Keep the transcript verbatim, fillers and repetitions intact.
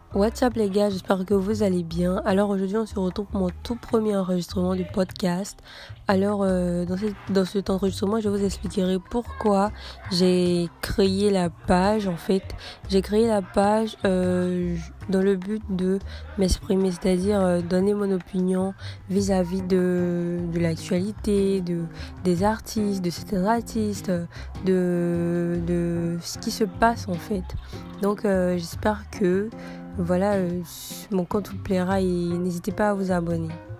What's up les gars, j'espère que vous allez bien. Alors aujourd'hui on se retrouve pour mon tout premier enregistrement du podcast. Alors euh, dans, cette, dans cet enregistrement je vous expliquerai pourquoi j'ai créé la page. En fait j'ai créé la page euh, dans le but de m'exprimer, c'est-à-dire euh, donner mon opinion vis-à-vis de, de l'actualité, de, des artistes, de certains artistes, de, de ce qui se passe en fait. Donc euh, j'espère que voilà, euh, mon compte vous plaira et n'hésitez pas à vous abonner.